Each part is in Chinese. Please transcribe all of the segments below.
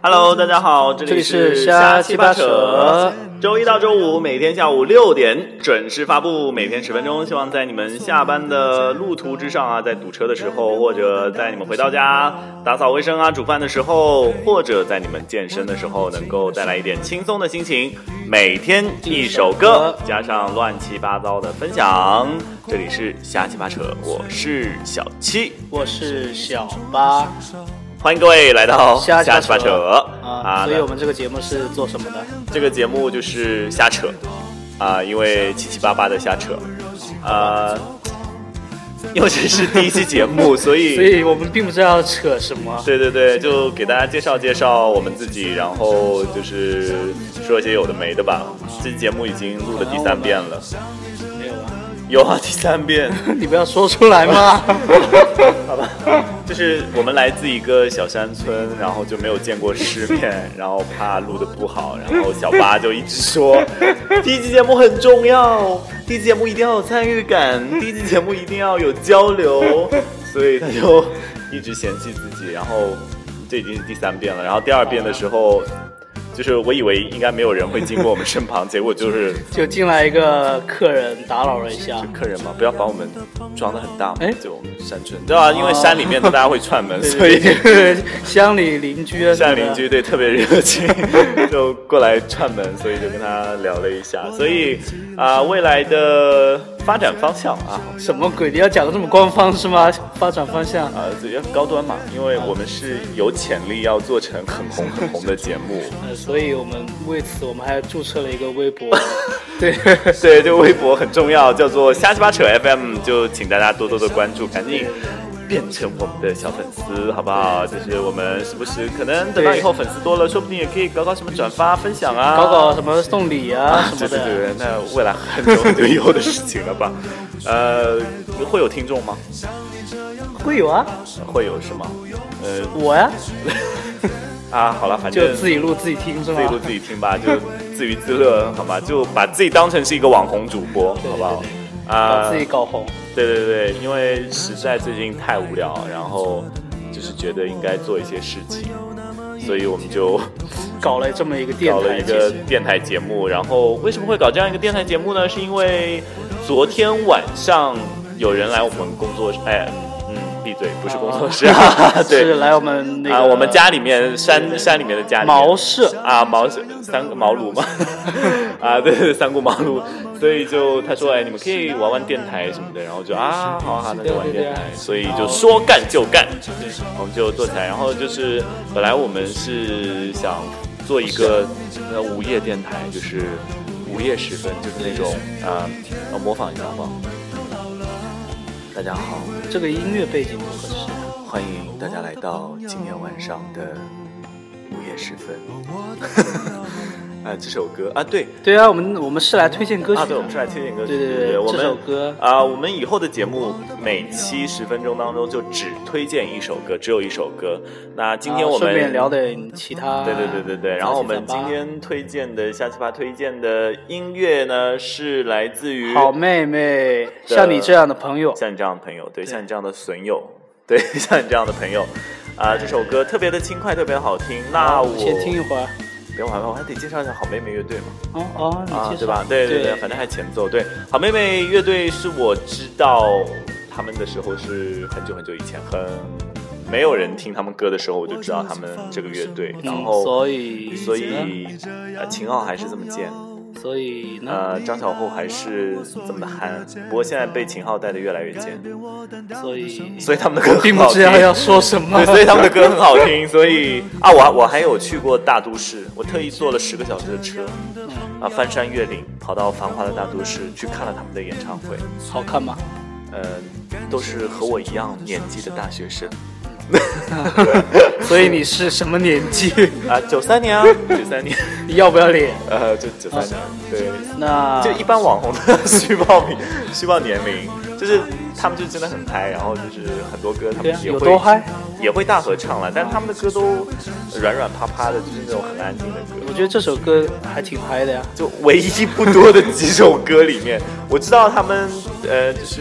Hello， 大家好，这里是瞎七八扯，周一到周五每天下午6点准时发布，每天10分钟，希望在你们下班的路途之上啊，在堵车的时候，或者在你们回到家打扫卫生啊、煮饭的时候，或者在你们健身的时候，能够带来一点轻松的心情。每天一首歌，加上乱七八糟的分享。这里是瞎七八扯，我是小七， 我是小八。 欢迎各位来到瞎七八扯所以我们这个节目是做什么的？ 这个节目就是瞎扯因为七七八八的瞎扯因为这是第一期节目，所以我们并不知道扯什么。 对，就给大家介绍我们自己，然后就是说一些有的没的吧。这期节目已经录了第3遍了。 没有啊？ 有啊，第3遍。 你不要说出来嘛。 好吧，就是我们来自一个小山村，然后就没有见过世面，然后怕录得不好，然后小八就一直说第一期节目很重要，第一期节目一定要有参与感，第一期节目一定要有交流，所以他就一直嫌弃自己，然后这已经是第3遍了，然后第2遍的时候就是我以为应该没有人会经过我们身旁，结果就进来一个客人打扰了一下。 就客人嘛，不要把我们装得很大嘛，就我们山村对吧？因为山里面大家会串门，所以乡里邻居对特别热情，就过来串门，所以就跟他聊了一下。所以未来的发展方向什么鬼？你要讲的这么官方是吗？发展方向要高端嘛，因为我们是有潜力要做成很红的节目。 所以我们为此我们还注册了一个微博。对， 这个微博很重要，叫做瞎七八扯 FM， 就请大家多多的关注，赶紧变成我们的小粉丝，好不好？就是我们时不时可能等到以后粉丝多了，说不定也可以搞什么转发分享搞什么送礼什么的。 对，那未来很久以后的事情了吧？会有听众吗？ 会有啊。会有是吗？ 我呀。 好了，反正就自己录自己听是吗？ 自己录自己听吧，就自娱自乐，好吧？就把自己当成是一个网红主播，好不好？ 把自己搞红。 对，因为实在最近太无聊，然后就是觉得应该做一些事情，所以我们就搞了这么一个电台节目。然后为什么会搞这样一个电台节目呢？是因为昨天晚上有人来我们工作室，闭嘴，不是工作室对， 是来我们我们家里面山里面的家里面茅舍茅舍3个茅庐嘛对，3顾茅庐，所以就他说你们可以玩电台什么的，然后就好，那就玩电台，所以就说干就干，我们就做起来。然后就是本来我们是想做一个午夜电台，就是午夜时分，就是那种模仿一下吧。大家好， 这个音乐背景不合适。 欢迎大家来到今天晚上的午夜时分。这首歌对啊，我们是来推荐歌曲对，我们是来推荐歌曲。 对， 这首歌我们以后的节目每期10分钟当中就只推荐一首歌，只有一首歌。那今天我们顺便聊点其他。 对。然后我们今天推荐的瞎七八推荐的音乐呢，是来自于好妹妹，像你这样的朋友， 对，像你这样的损友，对，像你这样的朋友这首歌特别的轻快，特别好听。那我先听一会儿。 不用我还得介绍一下好妹妹乐队嘛。 你介绍对吧？对，反正还前奏。对，好妹妹乐队是我知道他们的时候是很久以前，没有人听他们歌的时候，我就知道他们这个乐队。然后所以秦昊还是这么贱。 所以呢， 张小厚还是这么的憨，不过现在被秦昊带的越来越贱，所以他们的歌很好听， 并不知道要说什么。 对，所以他们的歌很好听。所以我还有去过大都市，我特意坐了10个小时的车，翻山越岭，跑到繁华的大都市去看了他们的演唱会。 好看吗？ 都是和我一样年纪的大学生。 所以你是什么年纪 ？93年93年。 你要不要脸？ 就93年。对， 那就一般网红的虚报年龄，就是他们就真的很嗨，然后就是很多歌他们有多嗨， 也会大合唱了，但是他们的歌都软趴趴的，就是那种很安静的歌。 我觉得这首歌还挺嗨的呀， 就唯一不多的几首歌里面，我知道他们就是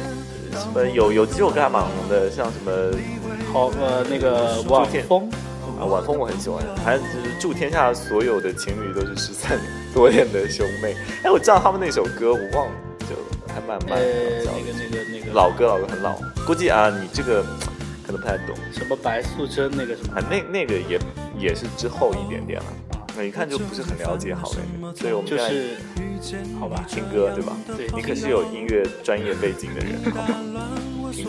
什么有几首歌还蛮红的，像什么那个晚风。 晚风我很喜欢，还就是祝天下所有的情侣都是13多年的兄妹。哎，我知道他们那首歌，我忘了，就还蛮那个老歌很老，估计啊你这个可能不太懂。 什么白素贞那个什么？ 那个也是之后一点点了。一看就不是很了解好嘞，所以我们就是好吧， 听歌对吧？ 对， 你可是有音乐专业背景的人，好吗？听歌。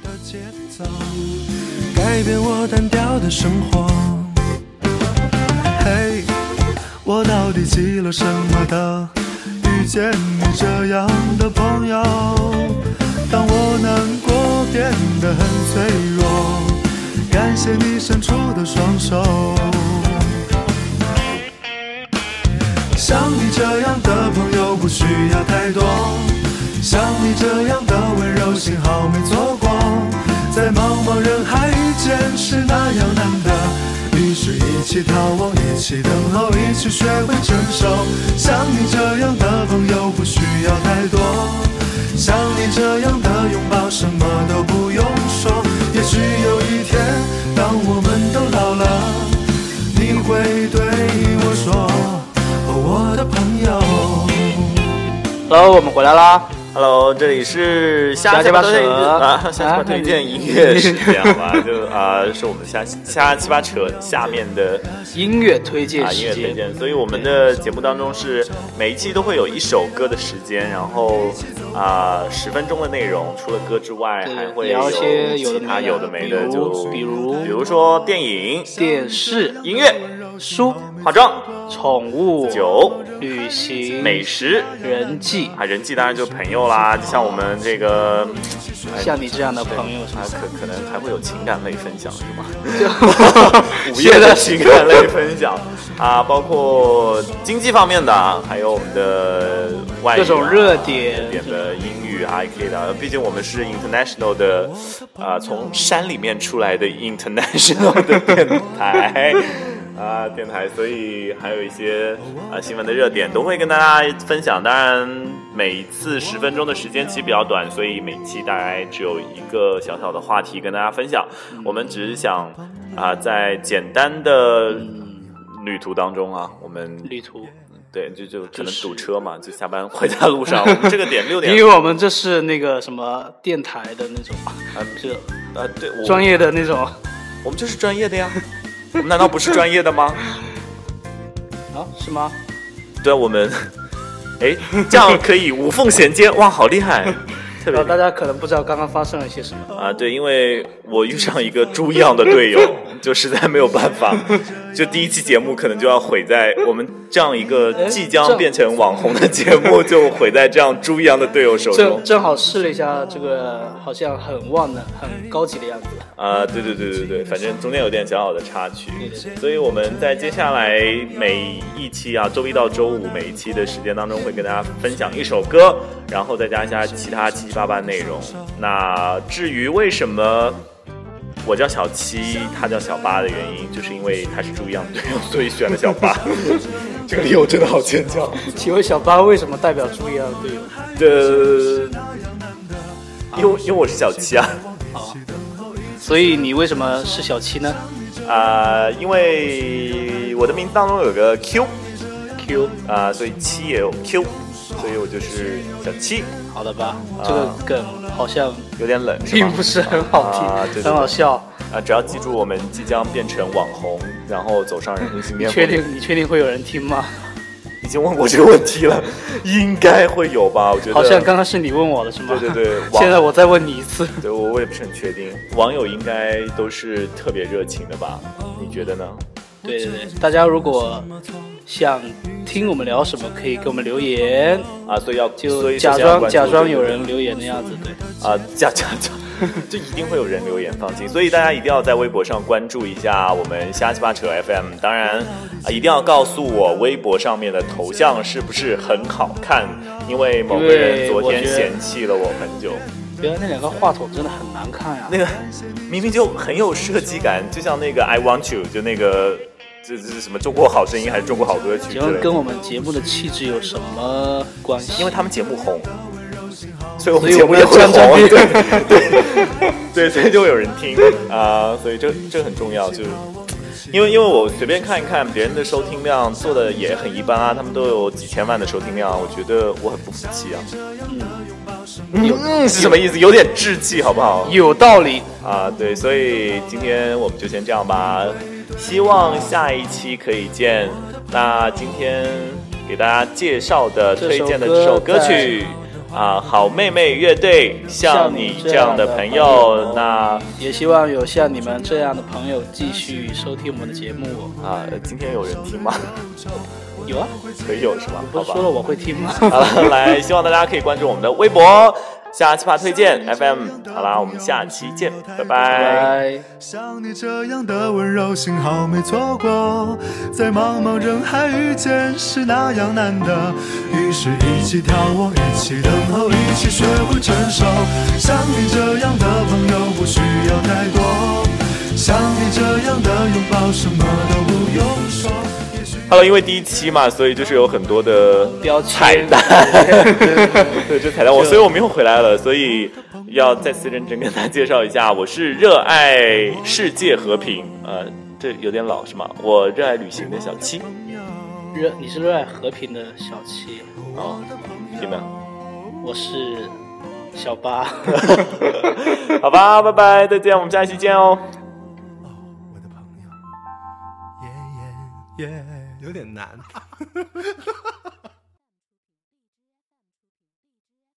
改变我单调的生活。嘿，我到底积了什么的？遇见你这样的朋友，当我难过变得很脆弱，感谢你伸出的双手。像你这样的朋友不需要太多，像你这样的温柔幸好没错过，在茫茫人海遇见是那样难得，于是一起逃亡，一起等候，一起学会承受。像你这样的朋友不需要太多，像你这样的拥抱什么都不用说，也许有一天当我们都老了，你会对我说，我的朋友。 Hello， 我们回来啦。 Hello， 这里是瞎七八推荐音乐时间，好吧？是我们瞎七八扯下面的音乐推荐时间。 音乐推荐，所以我们的节目当中是每一期都会有一首歌的时间，然后10分钟的内容，除了歌之外，还会有其他有的没的，就比如说电影、 电视、 音乐、 书、 化妆、 宠物、 酒、 旅行、 美食、 人际人际当然就朋友啦，就像我们这个像你这样的朋友， 可能还会有情感类分享是吗？午夜的情感类分享包括经济方面的，还有我们的外语各种热点的英语也可以的。毕竟我们是 international 的从山里面出来的 international 的电台。电台，所以还有一些新闻的热点都会跟大家分享。当然，每次10分钟的时间其实比较短，所以每期大概只有一个小小的话题跟大家分享。我们只是想在简单的旅途当中我们旅途对就可能堵车嘛，就下班回家路上，我们这个点6点， 因为我们这是那个什么电台的那种对专业的那种， 我们就是专业的呀。我们难道不是专业的吗？ 是吗？ 对，我们，这样可以无缝衔接，哇，好厉害！特别大家可能不知道刚刚发生了些什么对，因为我遇上一个猪一样的队友，就实在没有办法，就第一期节目可能就要毁在我们这样一个即将变成网红的节目，就毁在这样猪一样的队友手中。 正好试了一下，这个好像很旺的、很高级的样子。 对，反正中间有点小小的插曲，所以我们在接下来每一期周一到周五每一期的时间当中会跟大家分享一首歌，然后再加一下其他七七八八内容。那至于为什么我叫小七，他叫小八的原因，就是因为他是猪一样的队友，所以选了小八。这个理由真的好牵强。 请问小八为什么代表猪一样的队友？ 因为我是小七啊。 所以你为什么是小七呢？ 因为我的名字当中有个 Q， 所以七也有 Q， 所以我就是小七。 好的吧，这个梗好像有点冷， 并不是很好听， 对很好笑。 只要记住我们即将变成网红，然后走上人生面。 你确定会有人听吗？ 已经问过这个问题了，应该会有吧？我觉得好像刚刚是你问我的是吗？ 对， 现在我再问你一次。 对，我也不是很确定，网友应该都是特别热情的吧？你觉得呢？ 对，大家如果想听我们聊什么，可以给我们留言所以就假装有人留言的样子，对假就一定会有人留言，放心。所以大家一定要在微博上关注一下我们瞎七八扯 FM， 当然一定要告诉我微博上面的头像是不是很好看，因为某个人昨天嫌弃了我很久。 原来那2个话筒真的很难看呀， 那个明明就很有设计感，就像那个 I Want You， 就那个这是什么中国好声音还是中国好歌曲之类的， 跟我们节目的气质有什么关系？ 因为他们节目红，所以我们节目也会红，对，所以就会有人听所以这很重要，就是因为我随便看一看别人的收听量做的也很一般啊，他们都有几千万的收听量，我觉得我很不服气啊。是什么意思？有点志气好不好？ 有道理啊，对，所以今天我们就先这样吧，希望下一期可以见。那今天给大家介绍的推荐的这首歌曲啊，好妹妹乐队像你这样的朋友，那也希望有像你们这样的朋友继续收听我们的节目啊。今天有人听吗？ 有啊， 可以有是吗？ 不是说了我会听吗？ 好了，来，希望大家可以关注我们的微博下奇葩推荐 FM。 好啦，我们下期见，拜拜。 像你这样的温柔，幸好没错过，在茫茫人海遇见是那样难得，于是一起眺望，一起等候，一起学会成熟。像你这样的朋友不需要太多，像你这样的拥抱什么都不用说。 Hello， 因为第一期嘛，所以就是有很多的彩蛋，对，就彩蛋。所以我们又回来了，所以要再次认真跟大家介绍一下，我是热爱世界和平，这有点老是吗？我热爱旅行的小七， 你是热爱和平的小七哦，你呢？ 我是小八， 好吧，拜拜，再见，我们下期见哦。 我的朋友，有点难。